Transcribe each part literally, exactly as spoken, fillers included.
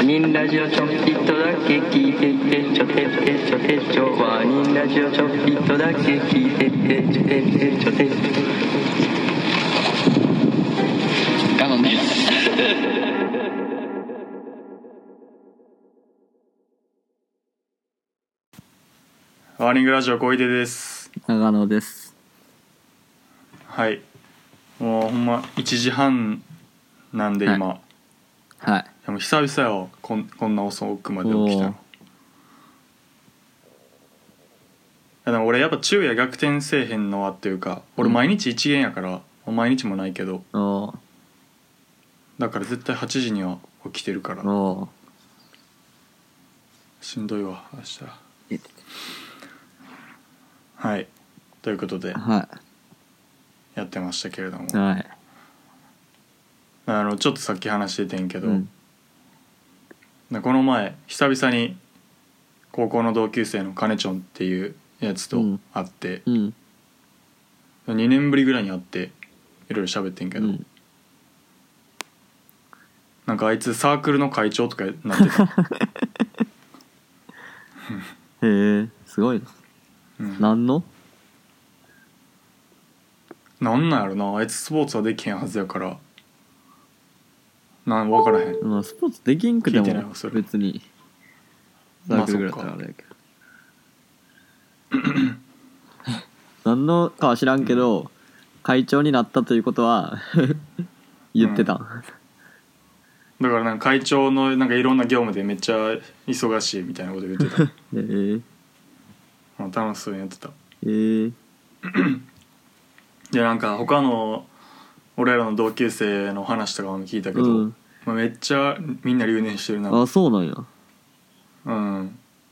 人ラジオちょっぴっとだけ聞いてってちょてってちょてちょワニンラジオちょっぴっとだけ聞いてってちょてってちょて我慢ですワーニングラジオ小出です。 長野です。 はい、もうほんまいちじはんなんで今、 はい、はい、 でも久々よ、こんこんな遅くまで起きたの。いやでも俺やっぱ昼夜逆転せえへんのはっていうか、俺毎日一限やから、うん、毎日もないけど、 おだから絶対はちじには起きてるから、 おしんどいわ明日。はい、ということで、 はやってましたけれども、 い、はい、 あのちょっとさっき話しててんけど、 うん、 この前久々に高校の同級生のカネチョンっていうやつと会って、 うんうん、にねんぶりぐらいに会っていろいろ喋ってんけど、うん、なんかあいつサークルの会長とかなってたへえ、すごいな、うん、何のなんなんやろな、あいつスポーツはできへんはずやからなん分からへん、 まあ、スポーツできんくても別にサークルぐらいだったらあれやけど、まあ、何のかは知らんけど、うん、会長になったということは言ってた、うん、 だからなんか会長のなんかいろんな業務でめっちゃ忙しいみたいなこと言ってたへえー、まあ、楽しそうにやってた。へえーでなんか他の俺らの同級生の話とかも聞いたけど、うん、まあ、めっちゃみんな留年してるな。 あ、そうなんや。 うん。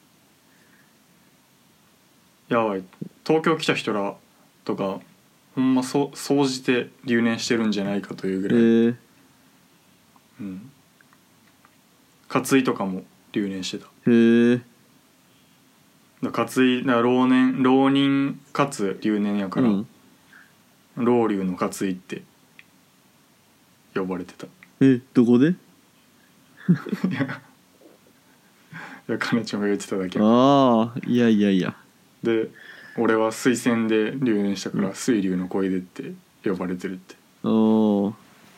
やばい、東京来た人らとかほんまそ総じて留年してるんじゃないかというぐらい、えーうん、勝井とかも留年してた。へえ。勝井だ浪年浪人かつ留年やから、うん、老流の勝井って呼ばれてた。 え、どこで？いや、いや、かねちゃんが言ってただけ。 ああ、いやいやいや。 で、俺は推薦で留年したから、うん、水流の小出って呼ばれてるって。おー。い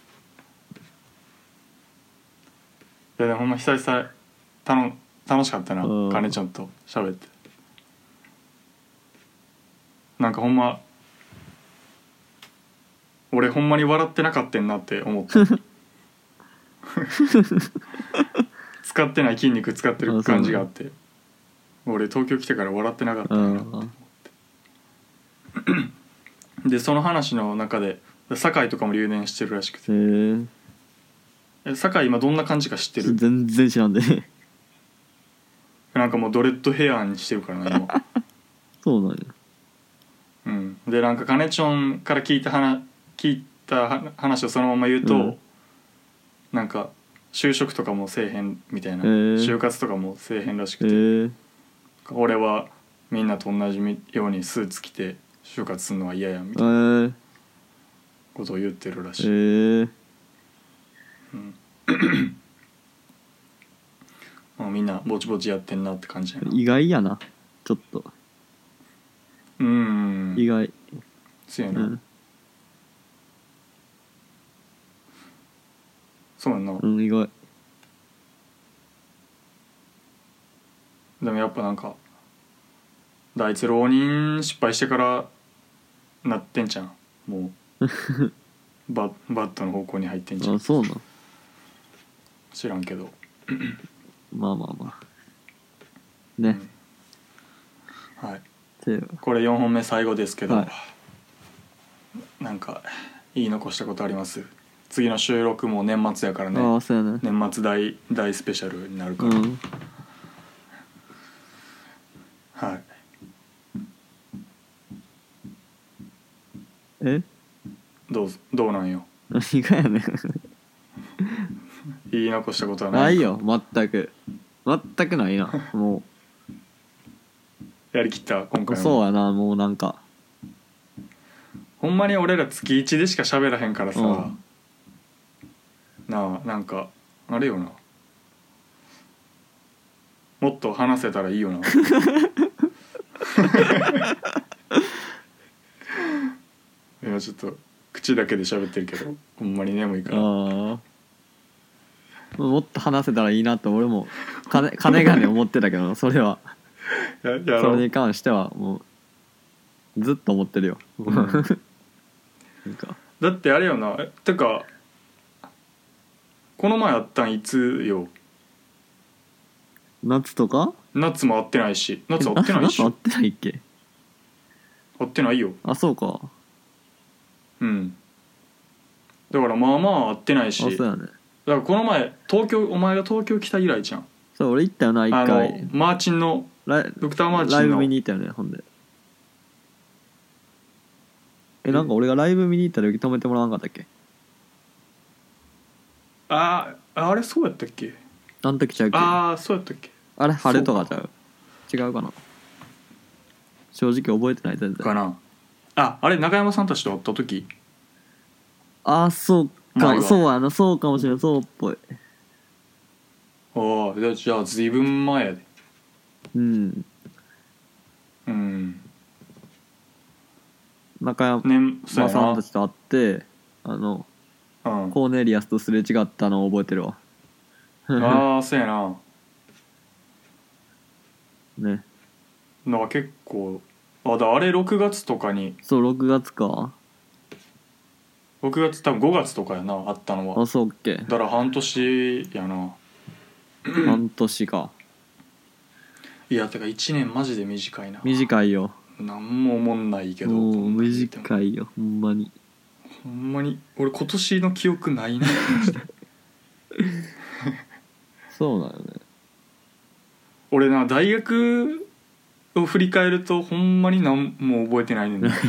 やでもほんま久々たの楽しかったな、かねちゃんと喋って。なんかほんま俺ほんまに笑ってなかったんなって思った使ってない筋肉使ってる感じがあって、俺東京来てから笑ってなかったんなって思ってでその話の中で酒井とかも留年してるらしくて。え、酒井今どんな感じか知ってる？ 全然知らんでなんかもうドレッドヘアにしてるからな今そうなんや。 うん、でなんかカネチョンから聞いた話聞いた話をそのまま言うと、うん、なんか就職とかもせえへんみたいな、えー、就活とかもせえへんらしくて、えー、俺はみんなと同じようにスーツ着て就活するのは嫌やみたいなことを言ってるらしい、えーうん、もうみんなぼちぼちやってんなって感じやな。 意外やな、ちょっと。 うん、 意外。 そうやな、うん、そうやな、 うん、意外。 でもやっぱなんかあいつ浪人失敗してからなってんじゃんもうバ, バットの方向に入ってんじゃん。 あ、そうな。 知らんけどまあまあまあね、 うん、はい。これよんほんめ最後ですけど、はい、なんか言い残したことあります？次の収録も年末やからね。 あ、そうやね。 年末 大, 大スペシャルになるから、うん、はい。 え？ どうどうなんよ。 何がやねん言い残したことはないか？ ないよ、全く全くないなもうやりきった今回も。 そうやな、もうなんかほんまに俺ら月いちでしか喋らへんからさ、うん、なあ、なんかあれよな、 もっと話せたらいいよな今ちょっと口だけで喋ってるけどほんまに眠いから。 あもっと話せたらいいなと俺も金金がね思ってたけどそれはややそろうれに関してはもうずっと思ってるよ、 うんなんかだってあれよなえてかこの前あったんいつよ。 夏とか夏も会ってないし夏会ってないっしょ夏会ってないっけ。 会ってないよ。 あそうか。 うんだからまあまあ会ってないしあそうやね。 だからこの前東京お前が東京来た以来じゃん。 そう俺行ったよな一あの回。 マーチンのライドクターマーチンのライブ見に行ったよねほんで。えなんか俺がライブ見に行った時止めてもらわなかったっけ。 あああれそうやったっけ。 あん時ちゃうっけ。あああそうやったっけれ晴れとかちゃう。違うかな。正直覚えてない全然。 かなああれ中山さんたちと会った時。 あそうか前はそうやなそうかもしれないそうっぽい。 ああじゃあずいぶん前やで。 うんうん中山ねそうやなさんたちと会ってあのうんコーネリアスとすれ違ったのを覚えてるわああそうやなね。 なんか結構あだあれろくがつとかにそうろくがつか。 ろくがつ多分ごがつとかやなあったのは。 あそうっけ。 だから半年やな。 半年か。 いやてかいちねんマジで短いな。 短いよ。 なんも思んないけどもうこんなん言っても短いよほんまに。 ほんまに俺今年の記憶ないなマジでそうなのね。 俺な大学を振り返るとほんまに何も覚えてないねんな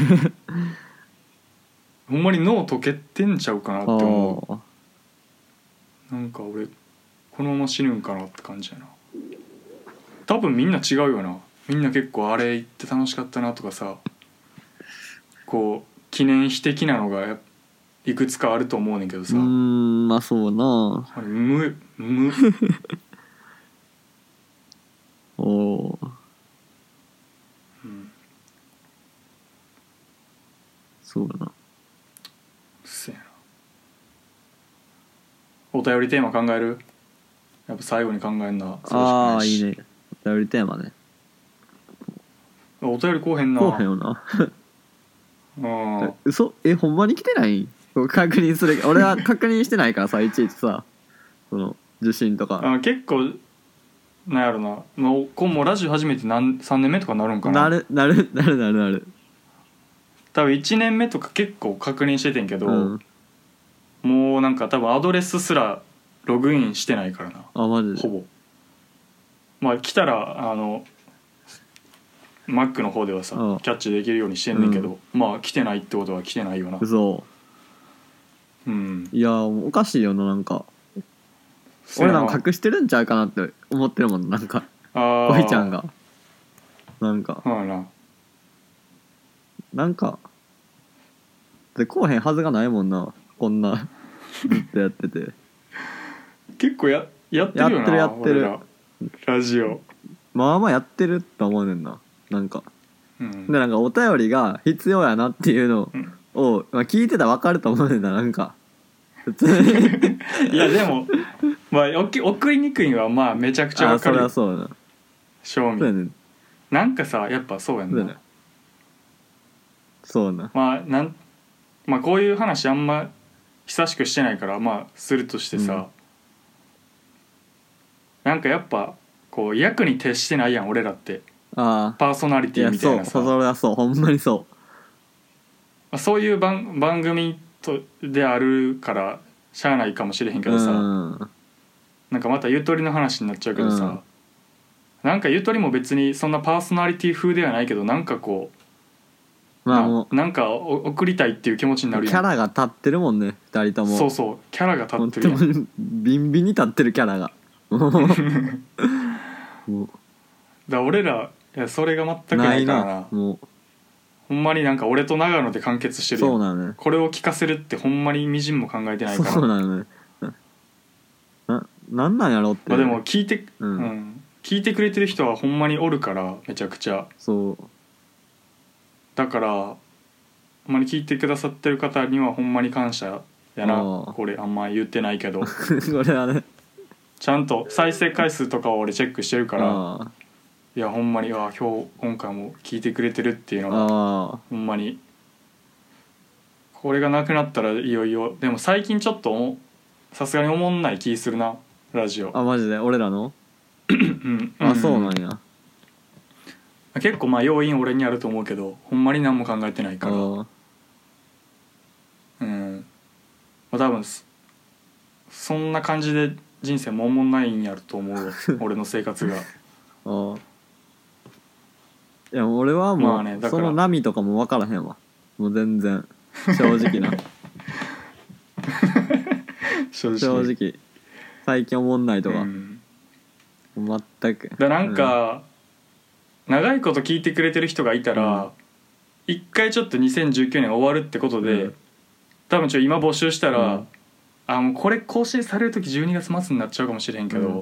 ほんまに脳溶けてんちゃうかなって思あう。なんか俺このまま死ぬんかなって感じやな。多分みんな違うよな。みんな結構あれ行って楽しかったなとかさこう記念碑的なのがいくつかあると思うねんけどさ、 うーんまあそうな。 あれ無無おおうんそうだな。 せやな。お便りテーマ考える。やっぱ最後に考えんな。 ああいいね。お便りテーマね。 お便りこうへんな。 こうへんよなうんえ嘘えほんまに来てない。確認する俺は確認してないからさいちいちさその受信とかあ結構なんやろな。もうこうもうラジオ始めて何さんねんめとかなるんかな。 なるなるなるなるなる。 多分いちねんめとか結構確認しててんけど、 うん、 もうなんか多分アドレスすらログインしてないからな。 あマジで。 ほぼまあ来たらあの Mac の方ではさああキャッチできるようにしてんねんけど、 うん、 まあ来てないってことは来てないよな。 嘘。 うんいやおかしいよななんか俺なんか隠してるんちゃうかなって思ってるもんなんかあこいちゃんがなんかそうやな。 なんかでこうへんはずがないもんなこんなずっとやってて結構ややってるよな。 やってるやってるラジオ。 まあまあやってると思うねんななんかうんでなんかお便りが必要やなっていうのを、まあ、聞いてたら分かると思うねんななんか普通にいやでもまあ送送りにくいのはまあめちゃくちゃあそれわかるよ。 はそうやな正味そうやねんなんかさやっぱそうやんな。 そうやねそうやなまあなんまあこういう話あんま久しくしてないからまあするとしてさ、 うんなんかやっぱこう役に徹してないやん俺らってあパーソナリいやティみたいなさ。 そうそれはそうほんまにそまあそういう番番組とであるからしゃあないかもしれへんけうどさ、 うんなんかまたゆとりの話になっちゃうけどさ、 うんなんかゆとりも別にそんなパーソナリティ風ではないけどなんかこう、 まあもうななんかお送りたいっていう気持ちになるキやん。 ャラが立ってるもんねふたりともそうそうキャラが立ほんとってるやん。 もビンビンに立ってるキャラがもうもだから俺らいやそれが全うくなないいからななもほんまになんか俺と長野で完結してうるやん。 そうなのねこれを聞かせるってほんまにみじんも考えてないからそうなのねななんなんやろってまあでも聞いて、 ううんん聞聞いてくれてる人はほんまにおるからめちゃくちゃそうだからほんまに聞いてくださってる方にはほんまに感謝やな。 ああこれあんま言ってないけどこれはねちゃんと再生回数とかを俺チェックしてるからあいやほんまにあ今日今回も聞いてくれてるっていうのはあほんまにこれがなくなったらいよいよでも最近ちょっとさすがにおもんない気するなラジオ。 あマジで俺らのうんあそうなんや結構まあ要因俺にあると思うけどほんまに何も考えてないからあうんまあ多分そそんな感じで人生もおもんないんやると思うわ俺の生活があいや俺はもう、 まあねだからその波とかも分からへんわもう全然正直な正直正直最近おもんないとか、 うん全くだなんか、うん、長いこと聞いてくれてる人がいたら一、うん、回ちょっとにせんじゅうきゅうねん終わるってことで、うん、多分ちょ今募集したら、うん、あもうこれ更新される時じゅうにがつ末になっちゃうかもしれへんけど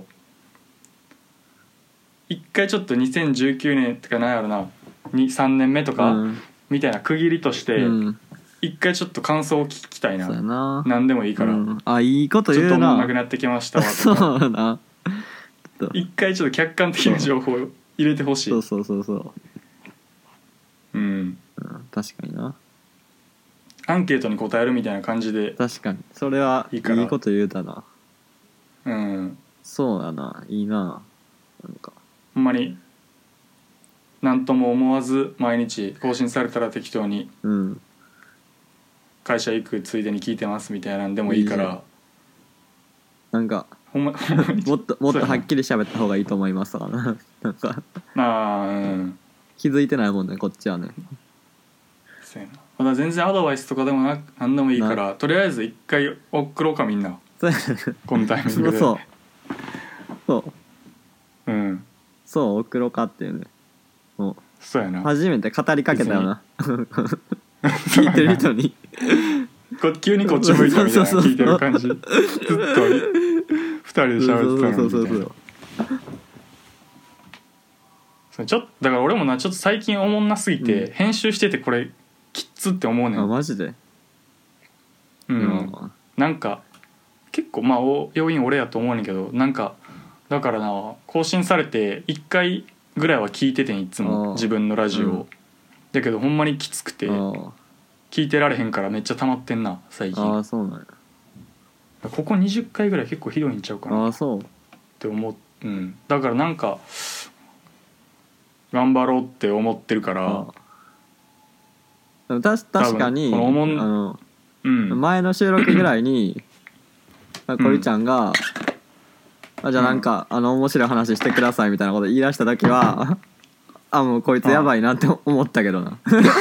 一、うん、回ちょっとにせんじゅうきゅうねんってかなんやろなさんねんめとか、うん、みたいな区切りとして一、うん、回ちょっと感想を聞きたいな。 そうやな何でもいいから、 うん、あいいこと言うなちょっともうなくなってきましたわとかそうな一回ちょっと客観的な情報を入れてほしい。 そうそうそうそううん、うん、 確かになアンケートに答えるみたいな感じで確かにそれはいいこと言うたな。 うんそうやないいななんかほんまに何とも思わず毎日更新されたら適当にうん会社行くついでに聞いてますみたいなんでもいいから、 なんかほんまもっともっとはっきり喋った方がいいと思いますからななんかああうん気づいてないもんねこっちはね。 そうやなまだ全然アドバイスとかでもな何でもいいからとりあえず一回送ろうかみんなこのタイミングでそうそううんそう送ろうかっていうねもうそうやな初めて語りかけたよな聞いてる人にこ急にこっち向いたみたいな聞いてる感じずっとふたりで喋ってたのにみたいな。そうそうそうそうそうちょっとだから俺もなちょっと最近おもんなすぎて、うん、編集しててこれきっつって思うねん。 あマジでうん、うん、なんか結構まあ要因俺やと思うねんけどなんかだからな更新されていっかいぐらいは聞いててんいつも自分のラジオを、うん、だけどほんまにきつくて聞いてられへんからめっちゃ溜まってんな最近。 あそうなんやここにじゅっかいぐらい結構ひどいんちゃうかなあそうって思う、うん、だからなんか頑張ろうって思ってるからでもた確かにこのおもんあの、 うん、 前の収録ぐらいにこりちゃんが、うん、あじゃあなんか、うん、あの面白い話してくださいみたいなこと言い出した時はあもうこいつやばいなって思ったけどな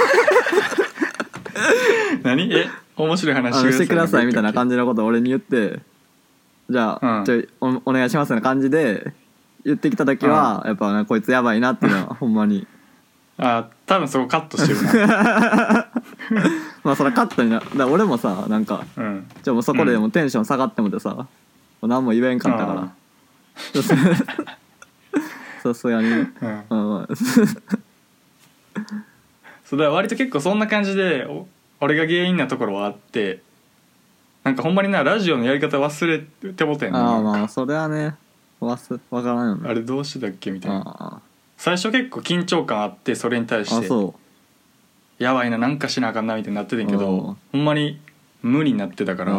何え面白い話してくださいみたいな感じのことを俺に言ってじゃあ、うん、ちょい お, お願いしますみたいな感じで言ってきた時は、うん、やっぱ、ね、こいつやばいなっていうのはほんまにあ多分そこカットしてるなまあそれカットになだ俺もさなんか、うん、じゃあもうそこでもテンション下がってもてさ、うん、もう何も言えんかったからさすがに、うんうん、 そうだ割と結構そんな感じで俺が原因なところはあってなんかほんまになラジオのやり方忘れてもてんの。 ああまあそれはねわすわからんよねあれどうしてたっけみたいな。最初結構緊張感あってそれに対してあそうやばいななんかしなあかんなみたいになってたけどほんまに無になってたから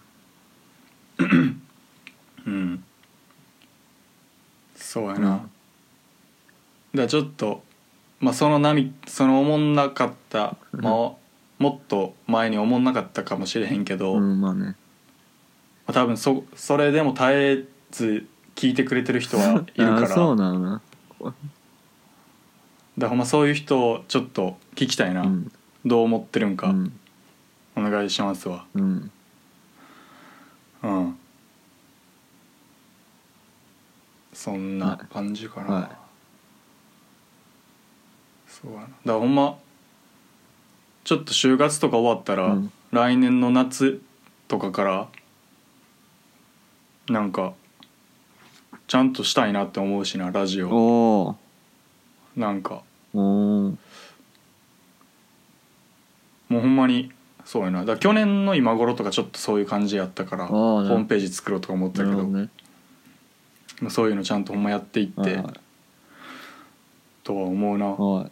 うんそうやな、うん、だからちょっとまあその波そのおもんなかった、うんまあ、もっと前におもんなかったかもしれへんけど、 うんまあねまあ、多分 そ, それでも絶えず聞いてくれてる人はいるからそうなのなだからほんまそういう人をちょっと聞きたいな、うん、どう思ってるんか、うん、お願いしますわうん、 うん、そんな感じかな、はいはい、そうやなだからほんまちょっと就活とか終わったら、うん、来年の夏とかからなんかちゃんとしたいなって思うしなラジオ。 おーなんかおーもうほんまにそうやな。だから去年の今頃とかちょっとそういう感じやったからあホーねームページ作ろうとか思ったけど、 なるほどね。 まあそういうのちゃんとほんまやっていって、 はいとは思うな。 はい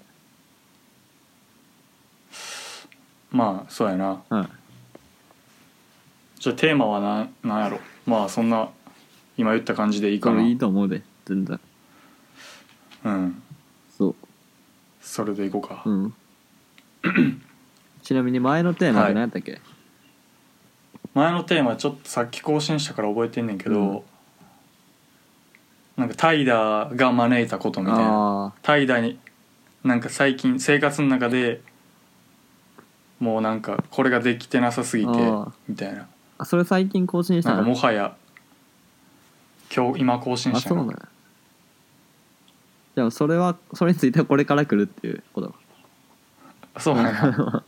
まあそうやな。 はいじゃあテーマはななんやろ。まあそんな今言った感じでいいかな。 これいいと思うで全然。 うんそうそれでいこうか。 うんちなみに前のテーマって何やったっけ？ 前のテーマちょっとさっき更新したから覚えてんねんけど、 うんなんか怠惰が招いたことみたいな。 あ怠惰になんか最近生活の中でもうなんかこれができてなさすぎてあーみたいな。 あそれ最近更新したなんかの？ もはや今日今更新したの。 あそうなんや。じゃあそれはそれについてはこれから来るっていうこと。 そうなんや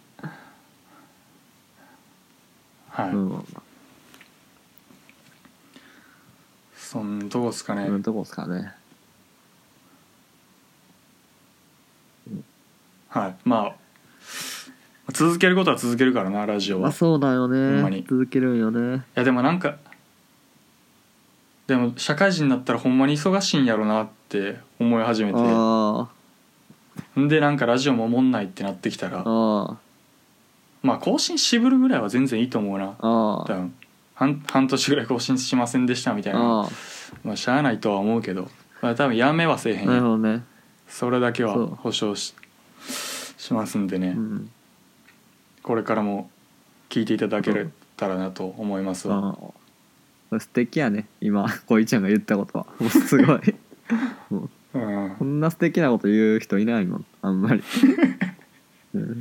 はい、 うんそんなとこっすかね。 うんとこですかね。 はいまあ続けることは続けるからなラジオは。 まあそうだよほんまねに。 続けるんよね。 いやでもなんかでも社会人になったらほんまに忙しいんやろなって思い始めて、 あんでなんかラジオもおもんないってなってきたら、 ああまあ更新渋るぐらいは全然いいと思うな。 ああ多分半半年ぐらい更新しませんでしたみたいな、 ああまあしゃあないとは思うけど、まあ、多分やめはせえへんなるよ。 ほどね。 それだけはそう保証ししますんでね、 うんこれからも聞いていただけたらなと思いますわ。 ああ素敵やね今こいちゃんが言ったことはもうすごいもううんこんな素敵なこと言う人いないもんあんまり、うん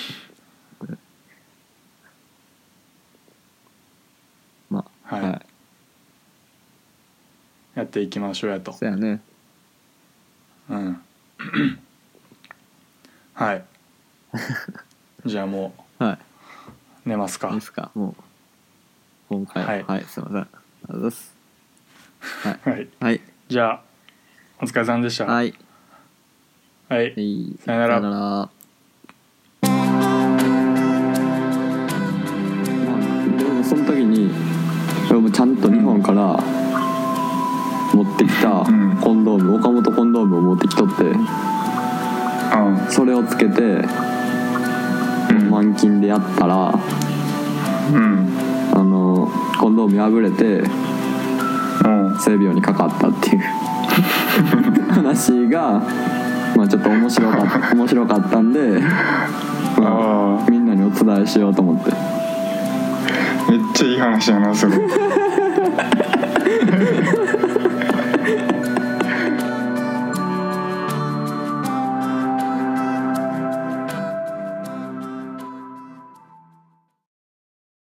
まあはいはいやっていきましょうやと。 そうやね。 うんはいじゃあもはう寝ますかいいいですかもう今回ははいはい、すいませんありがとうございますはいはいはいじゃあお疲れさんでした。 はいはいはい、 さよならさよなら。まあ、でもその時に俺もちゃんと日本から持ってきたうんコンドーム、岡本コンドームを持ってきとってうんそれをつけてうん満勤でやったらうんあのコンドーム破れてうん性病にかかったっていう話がまあちょっと面白かった面白かったんで、まあ、みんなにお伝えしようと思って。 めっちゃいい話やなそれ